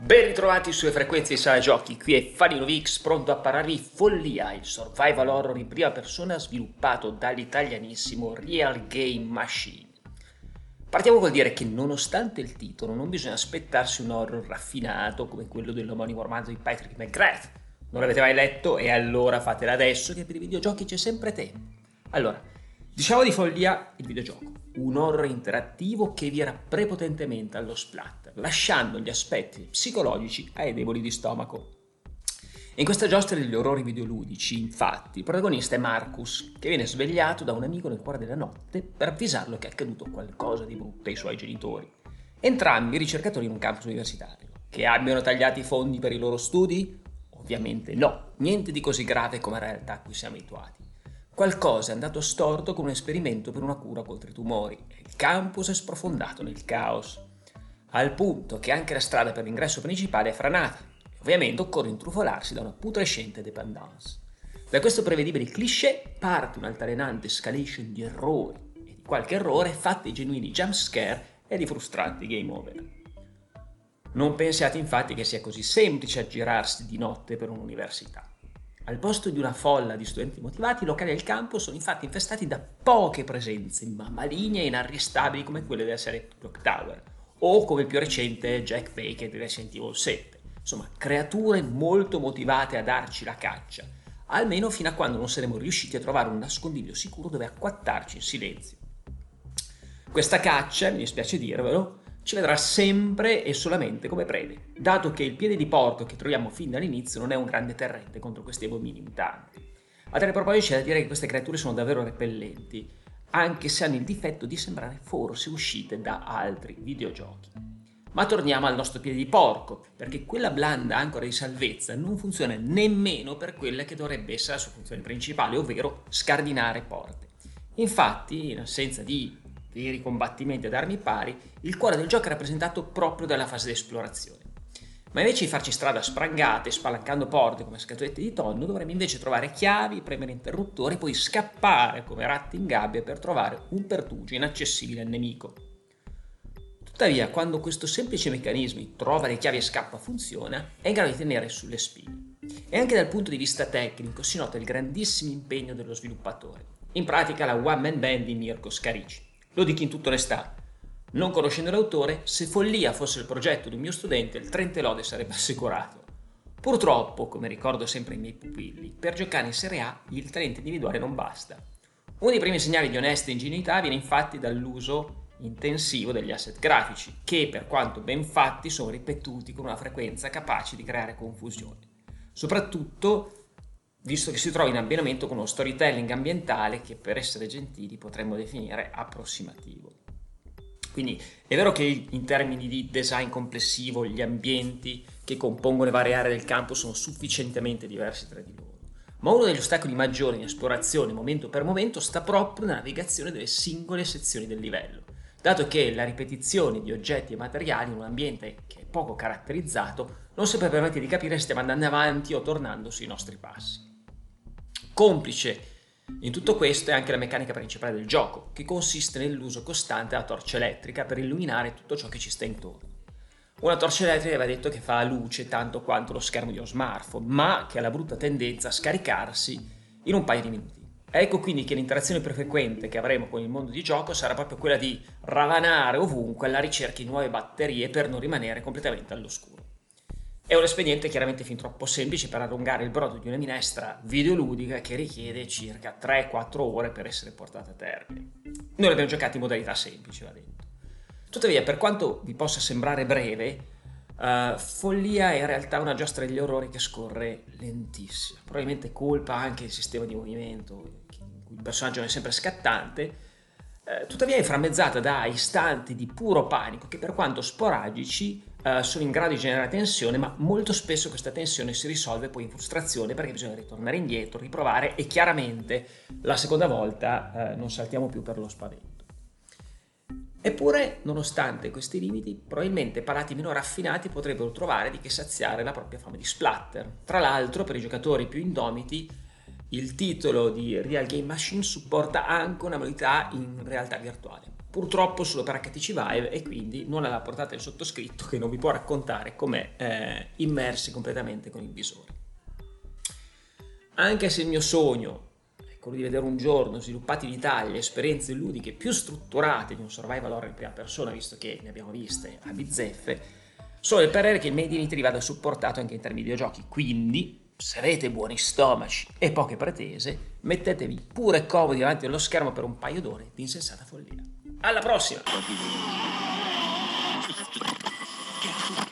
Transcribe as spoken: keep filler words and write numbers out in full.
Ben ritrovati sulle frequenze di Sala Giochi, qui è FalinoVix pronto a parlarvi Follia, il survival horror in prima persona sviluppato dall'italianissimo Real Game Machine. Partiamo col dire che nonostante il titolo non bisogna aspettarsi un horror raffinato come quello dell'omonimo romanzo di Patrick McGrath. Non l'avete mai letto? E allora fatela adesso che per i videogiochi c'è sempre tempo. Allora, diciamo di Follia il videogioco, un horror interattivo che vira prepotentemente allo splatter, lasciando gli aspetti psicologici ai deboli di stomaco. In questa giostra degli orrori videoludici, infatti, il protagonista è Marcus, che viene svegliato da un amico nel cuore della notte per avvisarlo che è accaduto qualcosa di brutto ai suoi genitori. Entrambi ricercatori in un campus universitario. Che abbiano tagliato i fondi per i loro studi? Ovviamente no, niente di così grave come la realtà a cui siamo abituati. Qualcosa è andato storto con un esperimento per una cura contro i tumori e il campus è sprofondato nel caos, al punto che anche la strada per l'ingresso principale è franata e ovviamente occorre intrufolarsi da una putrescente dépendance. Da questo prevedibile cliché parte un'altalenante escalation di errori e di qualche errore fatta di genuini jump scare e di frustranti game over. Non pensiate infatti che sia così semplice aggirarsi di notte per un'università. Al posto di una folla di studenti motivati, i locali del campo sono infatti infestati da poche presenze, ma maligne e inarrestabili come quelle della serie Clock Tower, o come il più recente Jack Baker di Resident Evil sette. Insomma, creature molto motivate a darci la caccia, almeno fino a quando non saremo riusciti a trovare un nascondiglio sicuro dove acquattarci in silenzio. Questa caccia, mi dispiace dirvelo, ci vedrà sempre e solamente come prede, dato che il piede di porco che troviamo fin dall'inizio non è un grande terrente contro questi abomini mutanti. A tale proposito c'è da dire che queste creature sono davvero repellenti, anche se hanno il difetto di sembrare forse uscite da altri videogiochi. Ma torniamo al nostro piede di porco, perché quella blanda ancora di salvezza non funziona nemmeno per quella che dovrebbe essere la sua funzione principale, ovvero scardinare porte. Infatti, in assenza di veri combattimenti ad armi pari, il cuore del gioco è rappresentato proprio dalla fase di esplorazione. Ma invece di farci strada sprangate, spalancando porte come scatolette di tonno, dovremmo invece trovare chiavi, premere interruttori e poi scappare come ratti in gabbia per trovare un pertugio inaccessibile al nemico. Tuttavia, quando questo semplice meccanismo di trova le chiavi e scappa funziona, è in grado di tenere sulle spine. E anche dal punto di vista tecnico si nota il grandissimo impegno dello sviluppatore. In pratica la one man band di Mirko Scarici. Lo dico in tutta onestà, non conoscendo l'autore, se Follia fosse il progetto di un mio studente, il trenta lode sarebbe assicurato. Purtroppo, come ricordo sempre ai miei pupilli, per giocare in Serie A il talento individuale non basta. Uno dei primi segnali di onesta ingenuità viene infatti dall'uso intensivo degli asset grafici, che per quanto ben fatti sono ripetuti con una frequenza capace di creare confusione. Soprattutto visto che si trova in abbinamento con uno storytelling ambientale che per essere gentili potremmo definire approssimativo. Quindi è vero che in termini di design complessivo gli ambienti che compongono le varie aree del campo sono sufficientemente diversi tra di loro, ma uno degli ostacoli maggiori in esplorazione momento per momento sta proprio nella navigazione delle singole sezioni del livello, dato che la ripetizione di oggetti e materiali in un ambiente che è poco caratterizzato non sempre permette di capire se stiamo andando avanti o tornando sui nostri passi. Complice in tutto questo è anche la meccanica principale del gioco, che consiste nell'uso costante della torcia elettrica per illuminare tutto ciò che ci sta intorno. Una torcia elettrica aveva detto che fa luce tanto quanto lo schermo di uno smartphone, ma che ha la brutta tendenza a scaricarsi in un paio di minuti. Ecco quindi che l'interazione più frequente che avremo con il mondo di gioco sarà proprio quella di ravanare ovunque alla ricerca di nuove batterie per non rimanere completamente all'oscuro. È un espediente chiaramente fin troppo semplice per allungare il brodo di una minestra videoludica che richiede circa tre quattro ore per essere portata a termine. Noi l'abbiamo giocato in modalità semplice, va detto. Tuttavia, per quanto vi possa sembrare breve, uh, Follia è in realtà una giostra degli orrori che scorre lentissima. Probabilmente colpa anche il sistema di movimento, in cui il personaggio è sempre scattante, uh, tuttavia è frammezzata da istanti di puro panico che per quanto sporadici Uh, sono in grado di generare tensione, ma molto spesso questa tensione si risolve poi in frustrazione perché bisogna ritornare indietro, riprovare e chiaramente la seconda volta uh, non saltiamo più per lo spavento. Eppure, nonostante questi limiti, probabilmente palati meno raffinati potrebbero trovare di che saziare la propria fame di splatter. Tra l'altro, per i giocatori più indomiti, il titolo di Real Game Machine supporta anche una modalità in realtà virtuale. purtroppo solo per H T C Vive e quindi non alla portata del sottoscritto, che non vi può raccontare com'è eh, immersi completamente con il visore. Anche se il mio sogno è quello di vedere un giorno sviluppati in Italia esperienze ludiche più strutturate di un survival horror in prima persona, visto che ne abbiamo viste a bizzeffe, sono del parere che il Made in Italy vada supportato anche in termini di videogiochi, quindi se avete buoni stomaci e poche pretese, mettetevi pure comodi davanti allo schermo per un paio d'ore di insensata follia. Alla prossima!